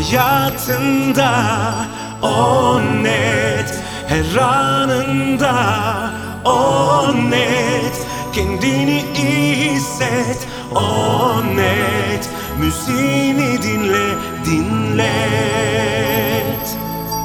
hayatında. O net, her anında. O net, kendini iyi hisset. O net, müziğini dinle, dinlet.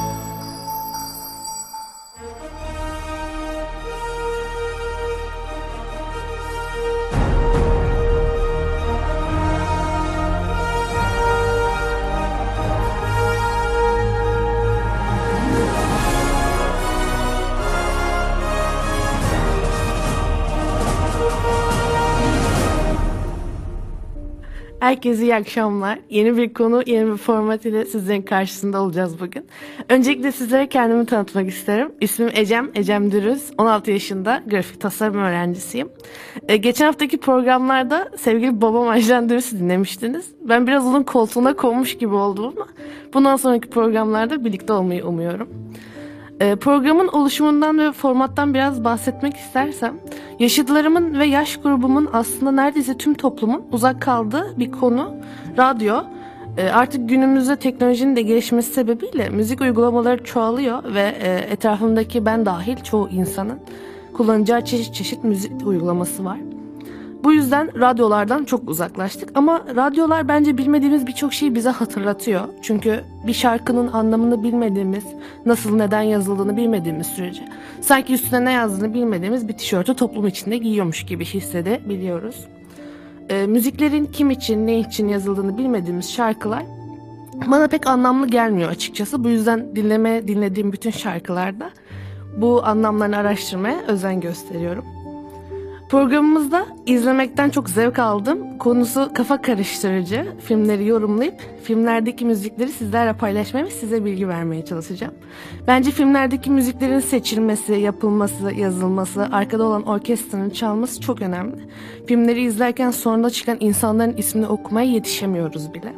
Herkese iyi akşamlar. Yeni bir konu, yeni bir format ile sizlerin karşısında olacağız bugün. Öncelikle sizlere kendimi tanıtmak isterim. İsmim Ecem Dürüz. 16 yaşında grafik tasarım öğrencisiyim. Geçen haftaki programlarda sevgili babam Ajdan Dürüz'ü dinlemiştiniz. Ben biraz onun koltuğuna konmuş gibi oldum ama bundan sonraki programlarda birlikte olmayı umuyorum. Programın oluşumundan ve formattan biraz bahsetmek istersem, yaşıtlarımın ve yaş grubumun aslında neredeyse tüm toplumun uzak kaldığı bir konu radyo. Artık günümüzde teknolojinin de gelişmesi sebebiyle müzik uygulamaları çoğalıyor ve etrafımdaki ben dahil çoğu insanın kullanacağı çeşit müzik uygulaması var. Bu yüzden radyolardan çok uzaklaştık ama radyolar bence bilmediğimiz birçok şeyi bize hatırlatıyor. Çünkü bir şarkının anlamını bilmediğimiz, nasıl neden yazıldığını bilmediğimiz sürece sanki üstüne ne yazdığını bilmediğimiz bir tişörtü toplum içinde giyiyormuş gibi hissedebiliyoruz. Müziklerin kim için, ne için yazıldığını bilmediğimiz şarkılar bana pek anlamlı gelmiyor açıkçası. Bu yüzden dinlediğim bütün şarkılarda bu anlamlarını araştırmaya özen gösteriyorum. Programımızda izlemekten çok zevk aldım. Konusu kafa karıştırıcı. Filmleri yorumlayıp filmlerdeki müzikleri sizlerle paylaşmaya ve size bilgi vermeye çalışacağım. Bence filmlerdeki müziklerin seçilmesi, yapılması, yazılması, arkada olan orkestranın çalması çok önemli. Filmleri izlerken sonunda çıkan insanların ismini okumaya yetişemiyoruz bile.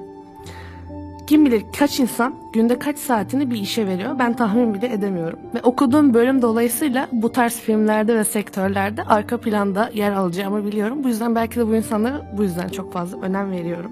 Kim bilir kaç insan günde kaç saatini bir işe veriyor, ben tahmin bile edemiyorum. Ve okuduğum bölüm dolayısıyla bu tarz filmlerde ve sektörlerde arka planda yer alacağımı biliyorum. Bu yüzden belki de bu insanlara bu yüzden çok fazla önem veriyorum.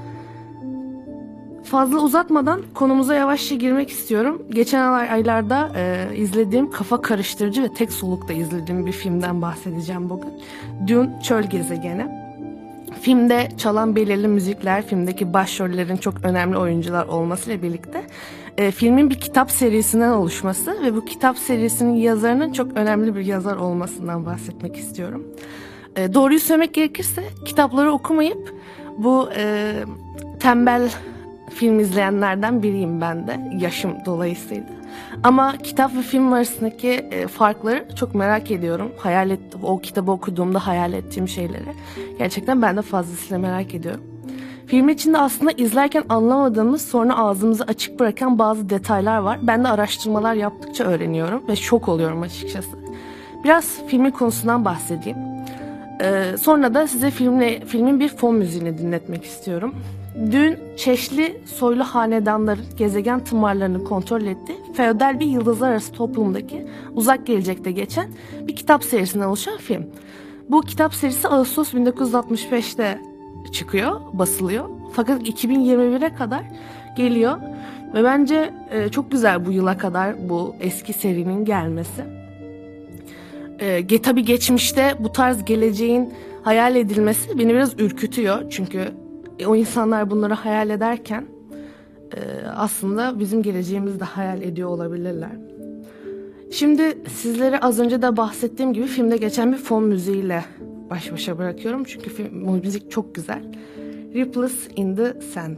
Fazla uzatmadan konumuza yavaşça girmek istiyorum. Geçen aylarda izlediğim kafa karıştırıcı ve tek solukta izlediğim bir filmden bahsedeceğim bugün. Dune: Çöl Gezegeni. Filmde çalan belirli müzikler, filmdeki başrollerin çok önemli oyuncular olmasıyla birlikte filmin bir kitap serisinden oluşması ve bu kitap serisinin yazarının çok önemli bir yazar olmasından bahsetmek istiyorum. Doğruyu söylemek gerekirse kitapları okumayıp bu tembel film izleyenlerden biriyim ben de, yaşım dolayısıyla. Ama kitap ve film arasındaki farkları çok merak ediyorum. O kitabı okuduğumda hayal ettiğim şeyleri gerçekten ben de fazlasıyla merak ediyorum. Film içinde aslında izlerken anlamadığımız, sonra ağzımızı açık bırakan bazı detaylar var. Ben de araştırmalar yaptıkça öğreniyorum ve şok oluyorum açıkçası. Biraz filmin konusundan bahsedeyim. Sonra da size filmin bir fon müziğini dinletmek istiyorum. Dün çeşitli soylu hanedanların gezegen tımarlarını kontrol ettiği feodal bir yıldızlar arası toplumdaki uzak gelecekte geçen bir kitap serisinden oluşan film. Bu kitap serisi Ağustos 1965'te çıkıyor, basılıyor. Fakat 2021'e kadar geliyor ve bence çok güzel bu yıla kadar bu eski serinin gelmesi. Tabii geçmişte bu tarz geleceğin hayal edilmesi beni biraz ürkütüyor. Çünkü o insanlar bunları hayal ederken aslında bizim geleceğimizi de hayal ediyor olabilirler. Şimdi sizlere az önce de bahsettiğim gibi filmde geçen bir fon müziğiyle baş başa bırakıyorum. Çünkü müzik çok güzel. Ripples in the Sand.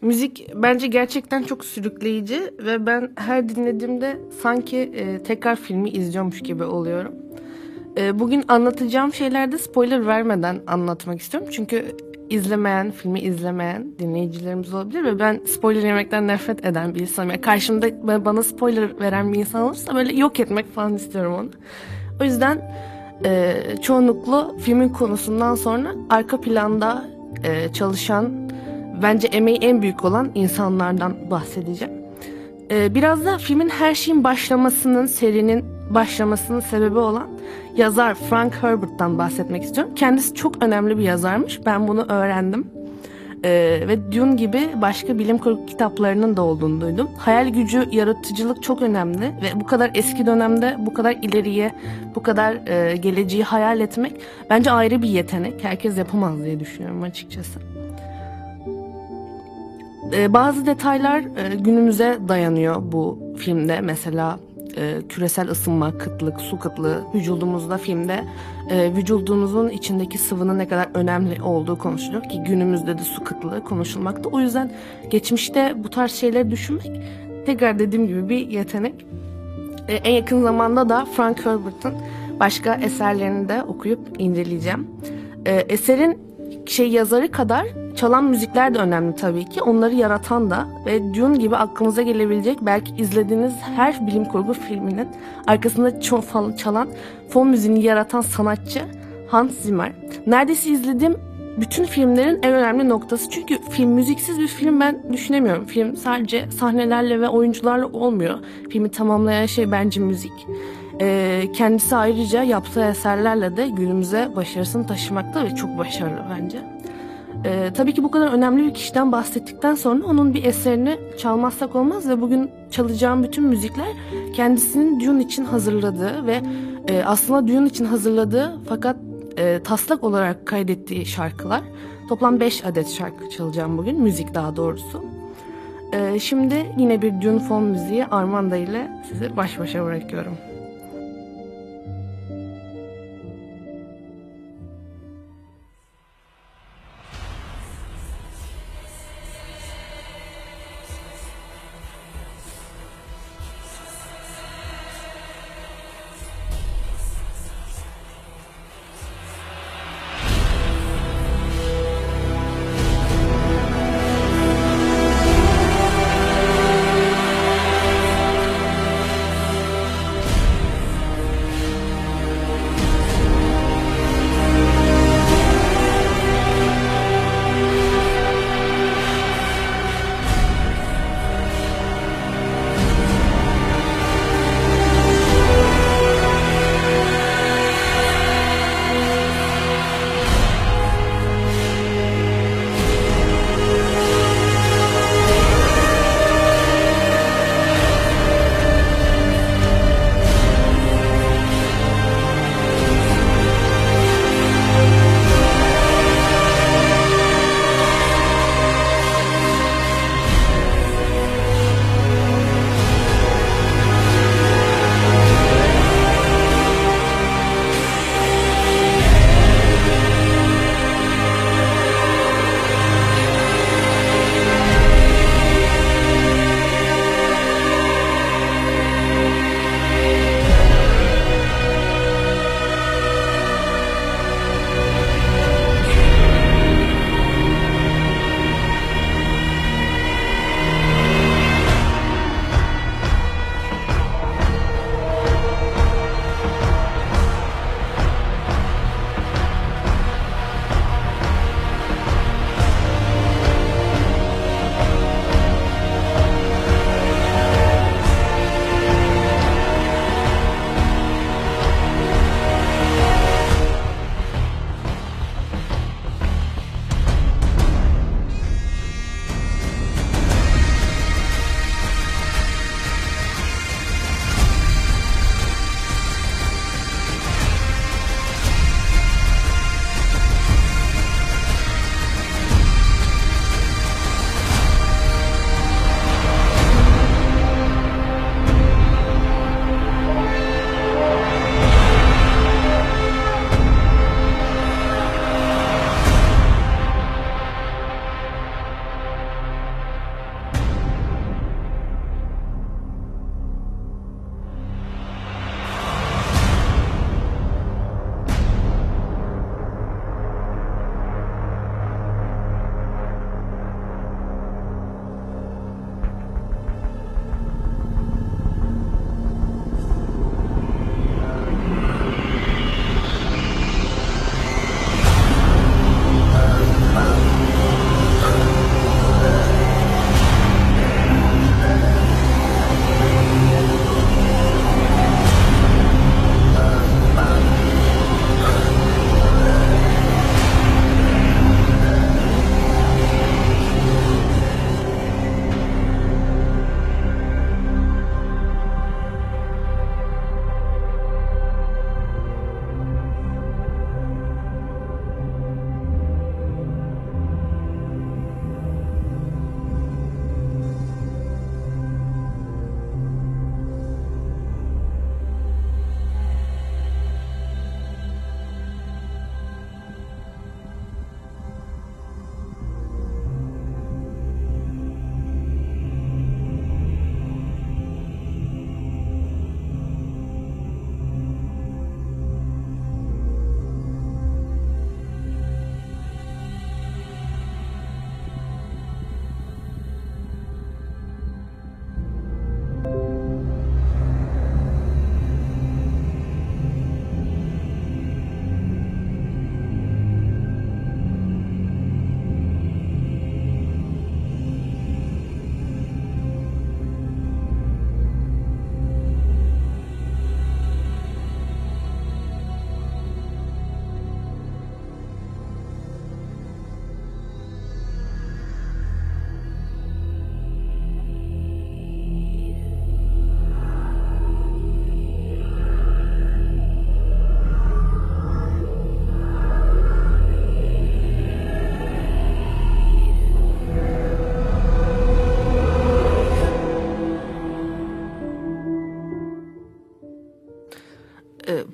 Müzik bence gerçekten çok sürükleyici ve ben her dinlediğimde sanki tekrar filmi izliyormuş gibi oluyorum. Bugün anlatacağım şeylerde spoiler vermeden anlatmak istiyorum. Çünkü filmi izlemeyen dinleyicilerimiz olabilir ve ben spoiler yemekten nefret eden bir insanım. Yani karşımda bana spoiler veren bir insan olursa böyle yok etmek falan istiyorum onu. O yüzden çoğunlukla filmin konusundan sonra arka planda çalışan, bence emeği en büyük olan insanlardan bahsedeceğim. Biraz da filmin her şeyin başlamasının, serinin başlamasının sebebi olan yazar Frank Herbert'tan bahsetmek istiyorum. Kendisi çok önemli bir yazarmış. Ben bunu öğrendim. Ve Dune gibi başka bilim kurgu kitaplarının da olduğunu duydum. Hayal gücü, yaratıcılık çok önemli ve bu kadar eski dönemde bu kadar ileriye, bu kadar geleceği hayal etmek bence ayrı bir yetenek. Herkes yapamaz diye düşünüyorum açıkçası. Bazı detaylar günümüze dayanıyor bu filmde. Mesela küresel ısınma, kıtlık, su kıtlığı vücudumuzda filmde vücudumuzun içindeki sıvının ne kadar önemli olduğu konuşuluyor ki günümüzde de su kıtlığı konuşulmakta. O yüzden geçmişte bu tarz şeyleri düşünmek tekrar dediğim gibi bir yetenek. En yakın zamanda da Frank Herbert'ın başka eserlerini de okuyup inceleyeceğim. Eserin yazarı kadar çalan müzikler de önemli tabii ki. Onları yaratan da ve Dune gibi aklınıza gelebilecek belki izlediğiniz her bilim kurgu filminin arkasında çalan fon müziğini yaratan sanatçı Hans Zimmer. Neredeyse izlediğim bütün filmlerin en önemli noktası. Çünkü müziksiz bir film ben düşünemiyorum. Film sadece sahnelerle ve oyuncularla olmuyor. Filmi tamamlayan şey bence müzik. Kendisi ayrıca yaptığı eserlerle de günümüze başarısını taşımakta ve çok başarılı bence. Tabii ki bu kadar önemli bir kişiden bahsettikten sonra onun bir eserini çalmazsak olmaz ve bugün çalacağım bütün müzikler kendisinin Dune için hazırladığı ve aslında Dune için hazırladığı fakat taslak olarak kaydettiği şarkılar. Toplam 5 adet şarkı çalacağım bugün, müzik daha doğrusu. Şimdi yine bir Dune fon müziği Armanda ile sizi baş başa bırakıyorum.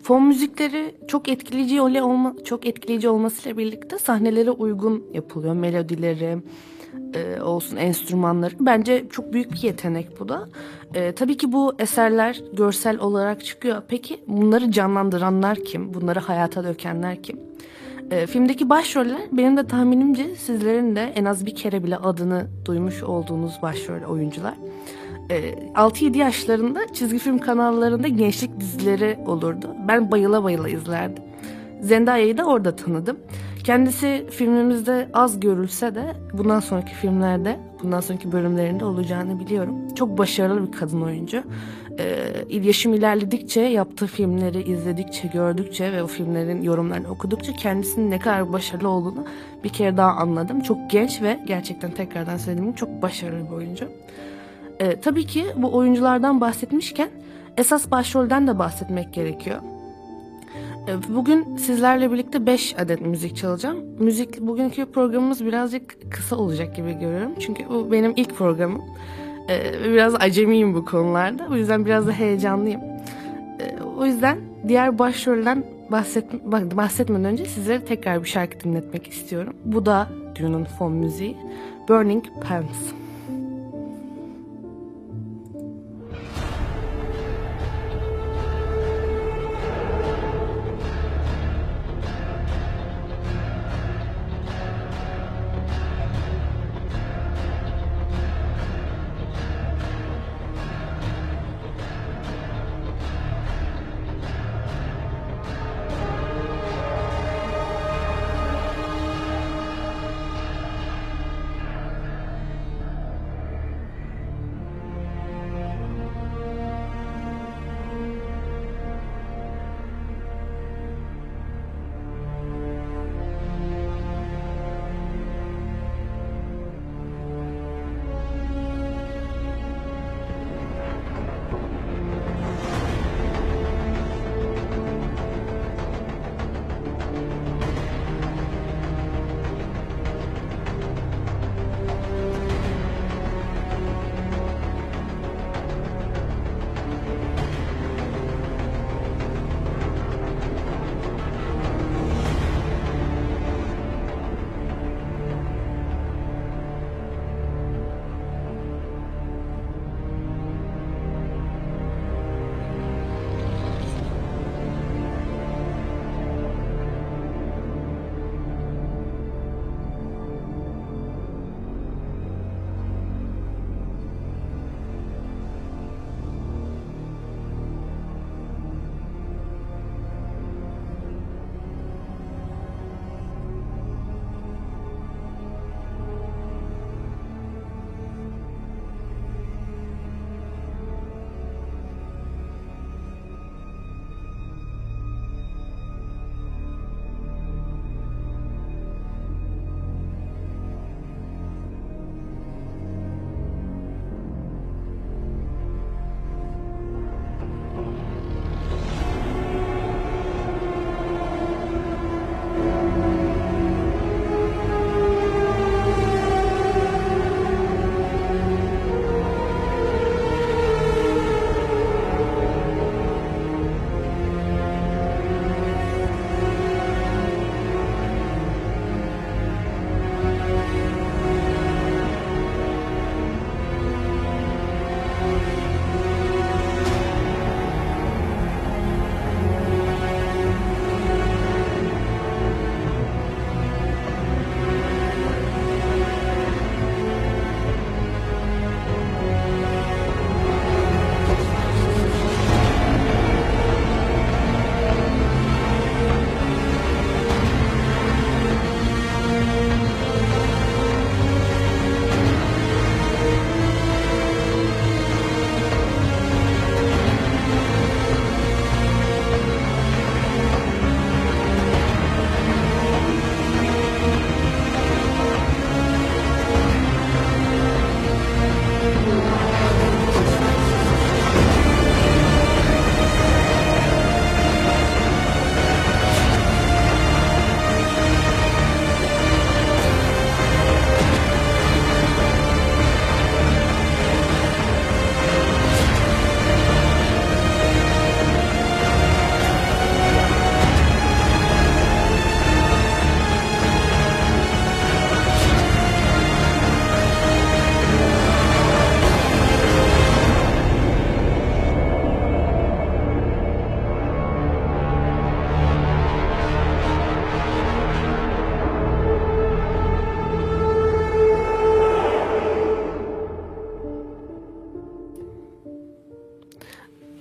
Fon müzikleri çok etkileyici olmasıyla birlikte sahnelere uygun yapılıyor. Melodileri olsun, enstrümanları. Bence çok büyük bir yetenek bu da. Tabii ki bu eserler görsel olarak çıkıyor. Peki bunları canlandıranlar kim? Bunları hayata dökenler kim? Filmdeki başroller benim de tahminimce sizlerin de en az bir kere bile adını duymuş olduğunuz başrol oyuncular. 6-7 yaşlarında çizgi film kanallarında gençlik dizileri olurdu. Ben bayıla bayıla izlerdim. Zendaya'yı da orada tanıdım. Kendisi filmimizde az görülse de bundan sonraki filmlerde, bundan sonraki bölümlerinde olacağını biliyorum. Çok başarılı bir kadın oyuncu. Yaşım ilerledikçe, yaptığı filmleri izledikçe, gördükçe ve o filmlerin yorumlarını okudukça kendisinin ne kadar başarılı olduğunu bir kere daha anladım. Çok genç ve gerçekten tekrardan söylediğim gibi çok başarılı bir oyuncu. Tabii ki bu oyunculardan bahsetmişken esas başrolden de bahsetmek gerekiyor. Bugün sizlerle birlikte 5 adet müzik çalacağım. Bugünkü programımız birazcık kısa olacak gibi görüyorum. Çünkü bu benim ilk programım. Biraz acemiyim bu konularda. O yüzden biraz da heyecanlıyım. O yüzden diğer başrolden bahsetmeden önce sizlere tekrar bir şarkı dinletmek istiyorum. Bu da Dune'un fon müziği. Burning Pants.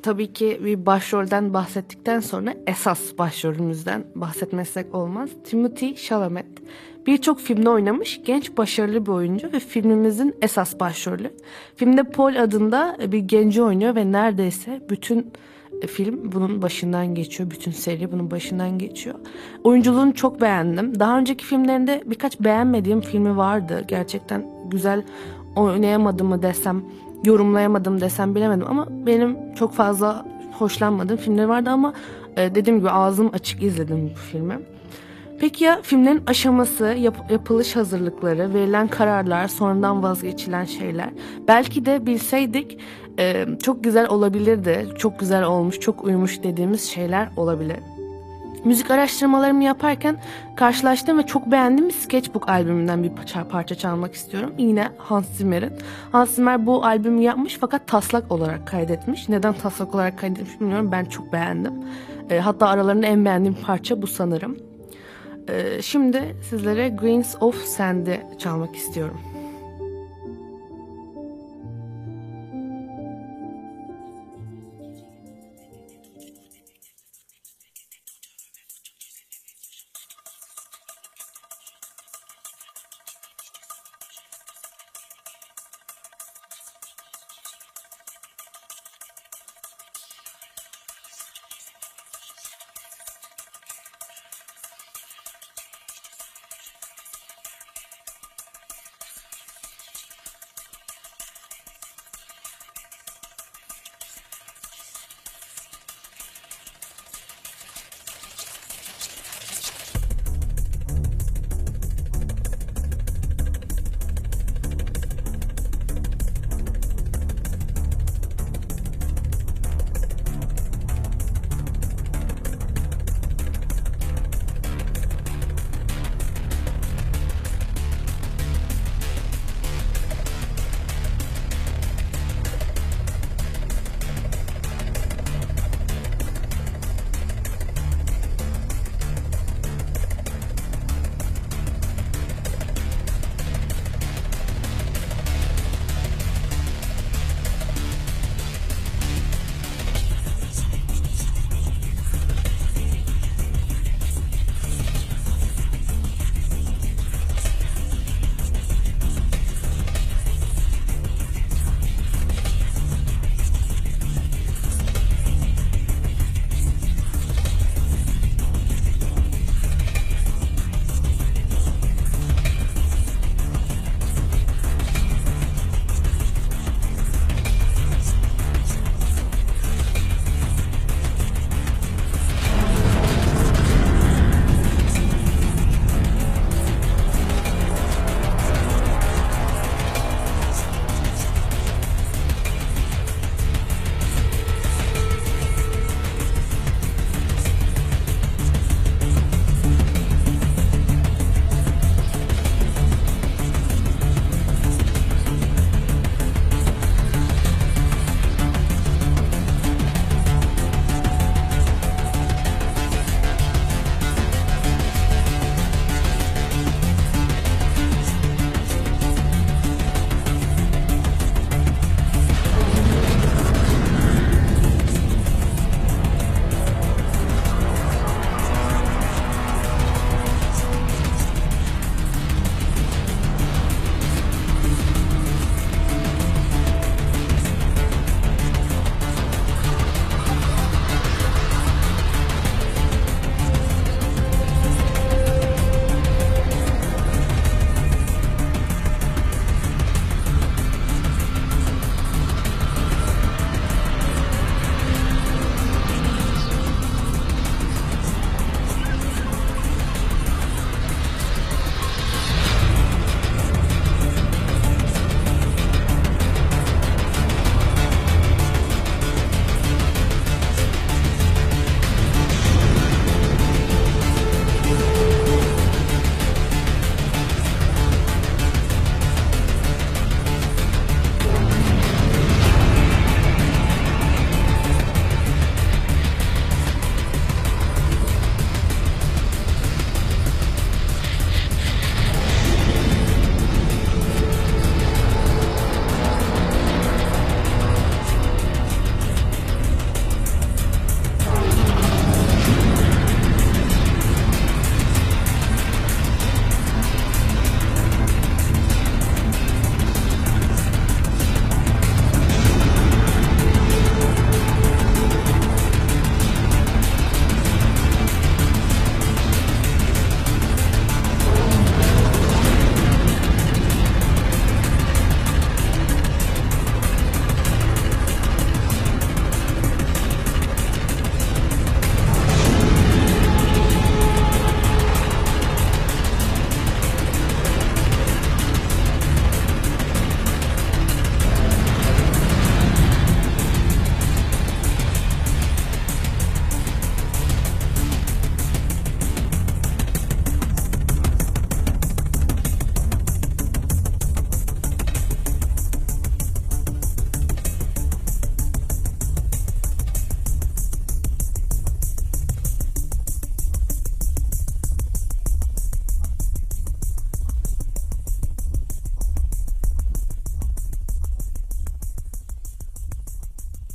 tabii ki bir başrolden bahsettikten sonra esas başrolümüzden bahsetmezsek olmaz. Timothée Chalamet. Birçok filmde oynamış genç başarılı bir oyuncu ve filmimizin esas başrolü. Filmde Paul adında bir genci oynuyor ve neredeyse bütün film bunun başından geçiyor. Bütün seri bunun başından geçiyor. Oyunculuğunu çok beğendim. Daha önceki filmlerinde birkaç beğenmediğim filmi vardı. Gerçekten güzel oynayamadım mı desem, yorumlayamadım desem bilemedim. Ama benim çok fazla hoşlanmadığım filmleri vardı ama dediğim gibi ağzım açık izledim bu filmi. Peki ya filmlerin aşaması, yapılış hazırlıkları, verilen kararlar, sonradan vazgeçilen şeyler? Belki de bilseydik çok güzel olabilirdi. Çok güzel olmuş, çok uyumuş dediğimiz şeyler olabilir. Müzik araştırmalarımı yaparken karşılaştığım ve çok beğendiğim bir Sketchbook albümünden bir parça çalmak istiyorum. Yine Hans Zimmer'in. Hans Zimmer bu albümü yapmış fakat taslak olarak kaydetmiş. Neden taslak olarak kaydetmiş bilmiyorum. Ben çok beğendim. Hatta aralarında en beğendiğim parça bu sanırım. Şimdi sizlere Grains of Sand'i çalmak istiyorum.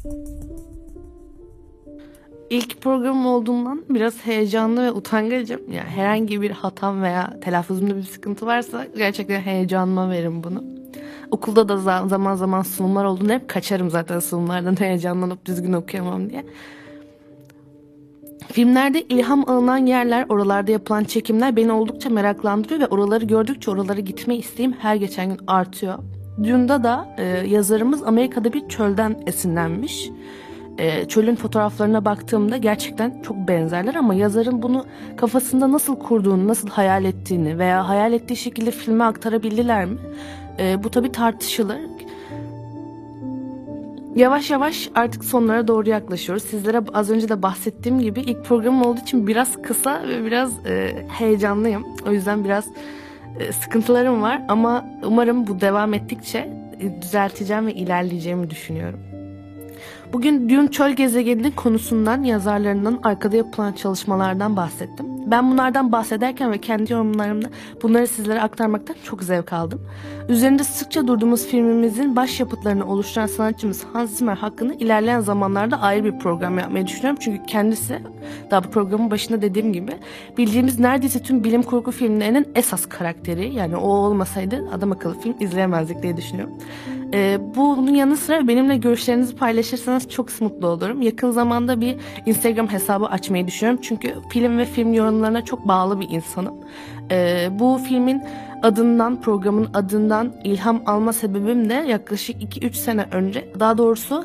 İlk programım olduğundan biraz heyecanlı ve utangacım. Yani herhangi bir hatam veya telaffuzumda bir sıkıntı varsa gerçekten heyecanıma verin bunu. Okulda da zaman zaman sunumlar olduğunda hep kaçarım zaten sunumlardan heyecanlanıp düzgün okuyamam diye. Filmlerde ilham alınan yerler, oralarda yapılan çekimler beni oldukça meraklandırıyor ve oraları gördükçe oralara gitme isteğim her geçen gün artıyor. Dune'da da yazarımız Amerika'da bir çölden esinlenmiş. Çölün fotoğraflarına baktığımda gerçekten çok benzerler ama yazarın bunu kafasında nasıl kurduğunu, nasıl hayal ettiğini veya hayal ettiği şekilde filme aktarabildiler mi? Bu tabii tartışılır. Yavaş yavaş artık sonlara doğru yaklaşıyoruz. Sizlere az önce de bahsettiğim gibi ilk programım olduğu için biraz kısa ve biraz heyecanlıyım. O yüzden biraz sıkıntılarım var ama umarım bu devam ettikçe düzelteceğim ve ilerleyeceğimi düşünüyorum. Bugün Dune Çöl Gezegeninin konusundan, yazarlarından, arkada yapılan çalışmalardan bahsettim. Ben bunlardan bahsederken ve kendi yorumlarımda bunları sizlere aktarmaktan çok zevk aldım. Üzerinde sıkça durduğumuz filmimizin başyapıtlarını oluşturan sanatçımız Hans Zimmer hakkında ilerleyen zamanlarda ayrı bir program yapmayı düşünüyorum. Çünkü kendisi, daha bu programın başında dediğim gibi, bildiğimiz neredeyse tüm bilim kurgu filmlerinin esas karakteri. Yani o olmasaydı adam akıllı film izleyemezdik diye düşünüyorum. Bunun yanı sıra benimle görüşlerinizi paylaşırsanız çok mutlu olurum. Yakın zamanda bir Instagram hesabı açmayı düşünüyorum. Çünkü film ve film yorumlarına çok bağlı bir insanım. Bu filmin adından, programın adından ilham alma sebebim de yaklaşık 2-3 sene önce, daha doğrusu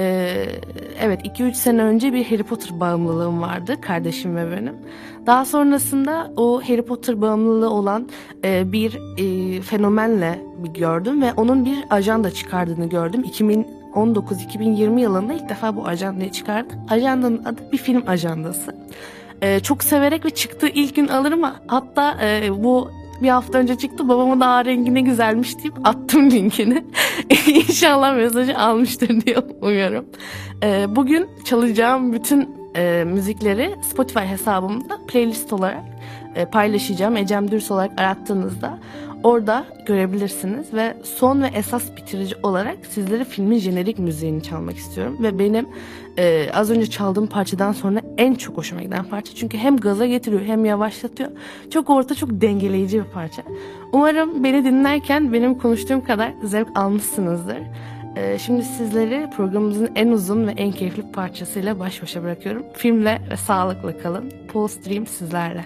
evet 2-3 sene önce bir Harry Potter bağımlılığım vardı, kardeşim ve benim. Daha sonrasında o Harry Potter bağımlılığı olan bir fenomenle gördüm ve onun bir ajanda çıkardığını gördüm. 2019-2020 yılında ilk defa bu ajandayı çıkardı. Ajandanın adı bir film ajandası. Çok severek ve çıktığı ilk gün alırım. Hatta bu bir hafta önce çıktı. Babama da rengi ne güzelmiş deyip attım linkini. İnşallah mesajı almıştır diye umuyorum. Bugün çalacağım bütün müzikleri Spotify hesabımda playlist olarak paylaşacağım. Ecem Dürs olarak arattığınızda orada görebilirsiniz ve son ve esas bitirici olarak sizlere filmin jenerik müziğini çalmak istiyorum ve benim az önce çaldığım parçadan sonra en çok hoşuma giden parça, çünkü hem gaza getiriyor hem yavaşlatıyor, çok orta, çok dengeleyici bir parça. Umarım beni dinlerken benim konuştuğum kadar zevk almışsınızdır. Şimdi sizleri programımızın en uzun ve en keyifli parçasıyla baş başa bırakıyorum. Filmle ve sağlıkla kalın. Pulse Dream sizlerle.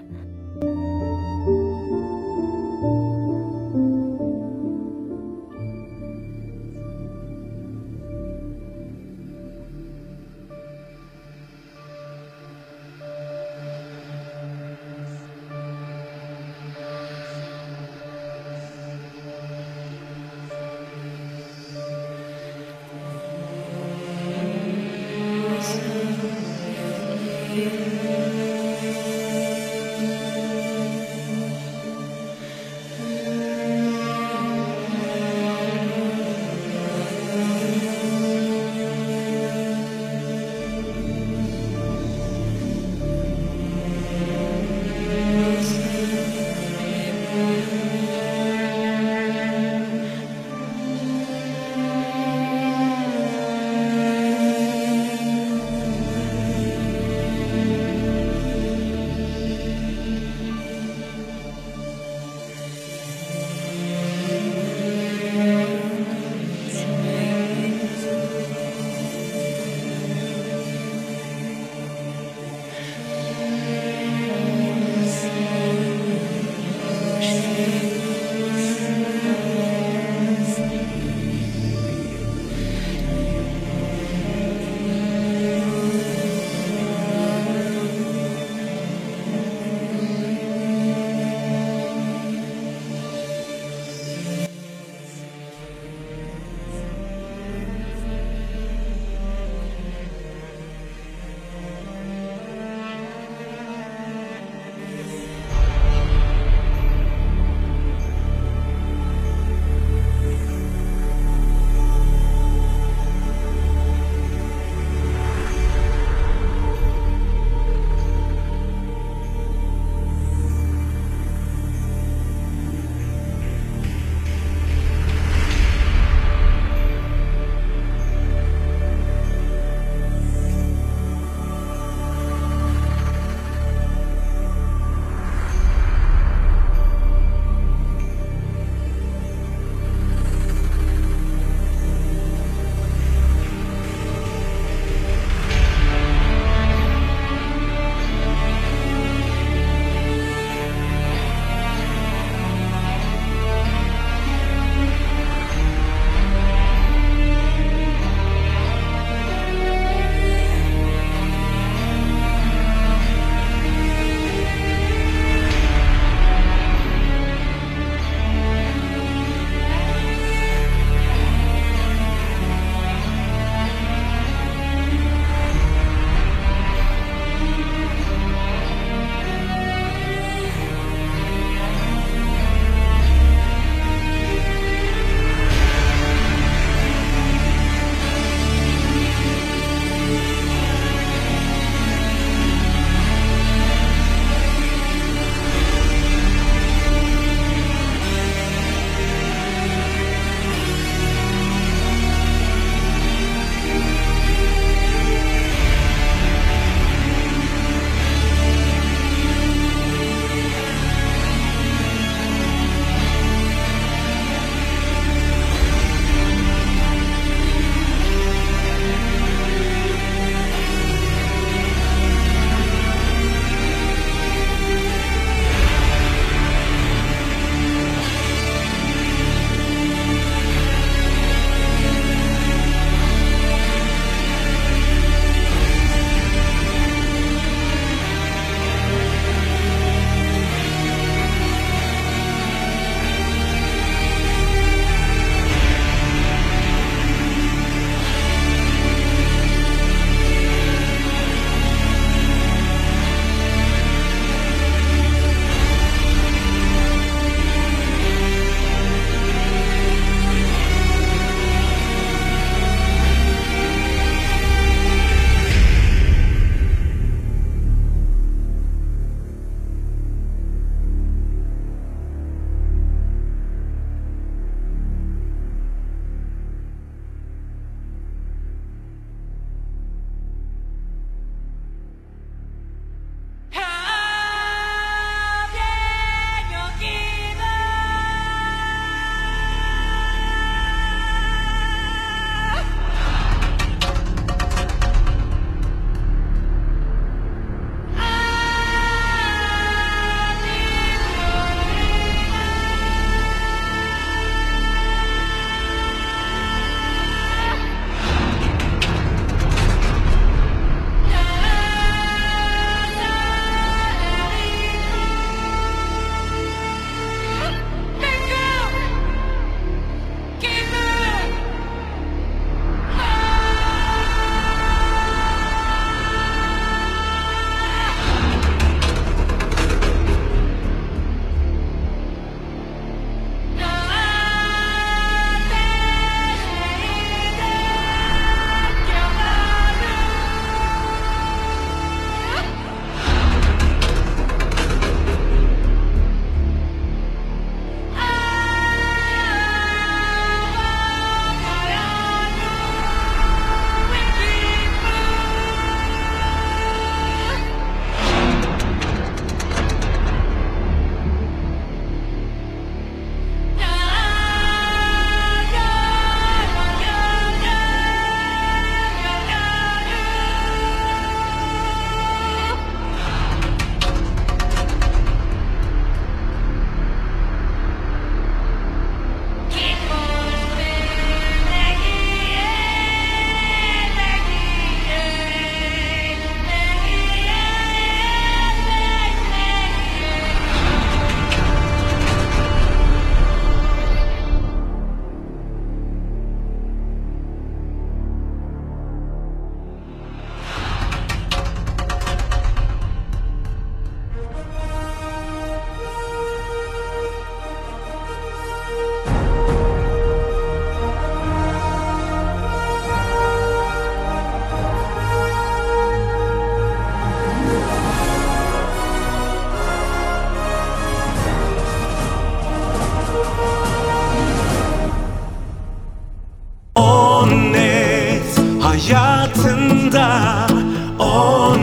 anında, on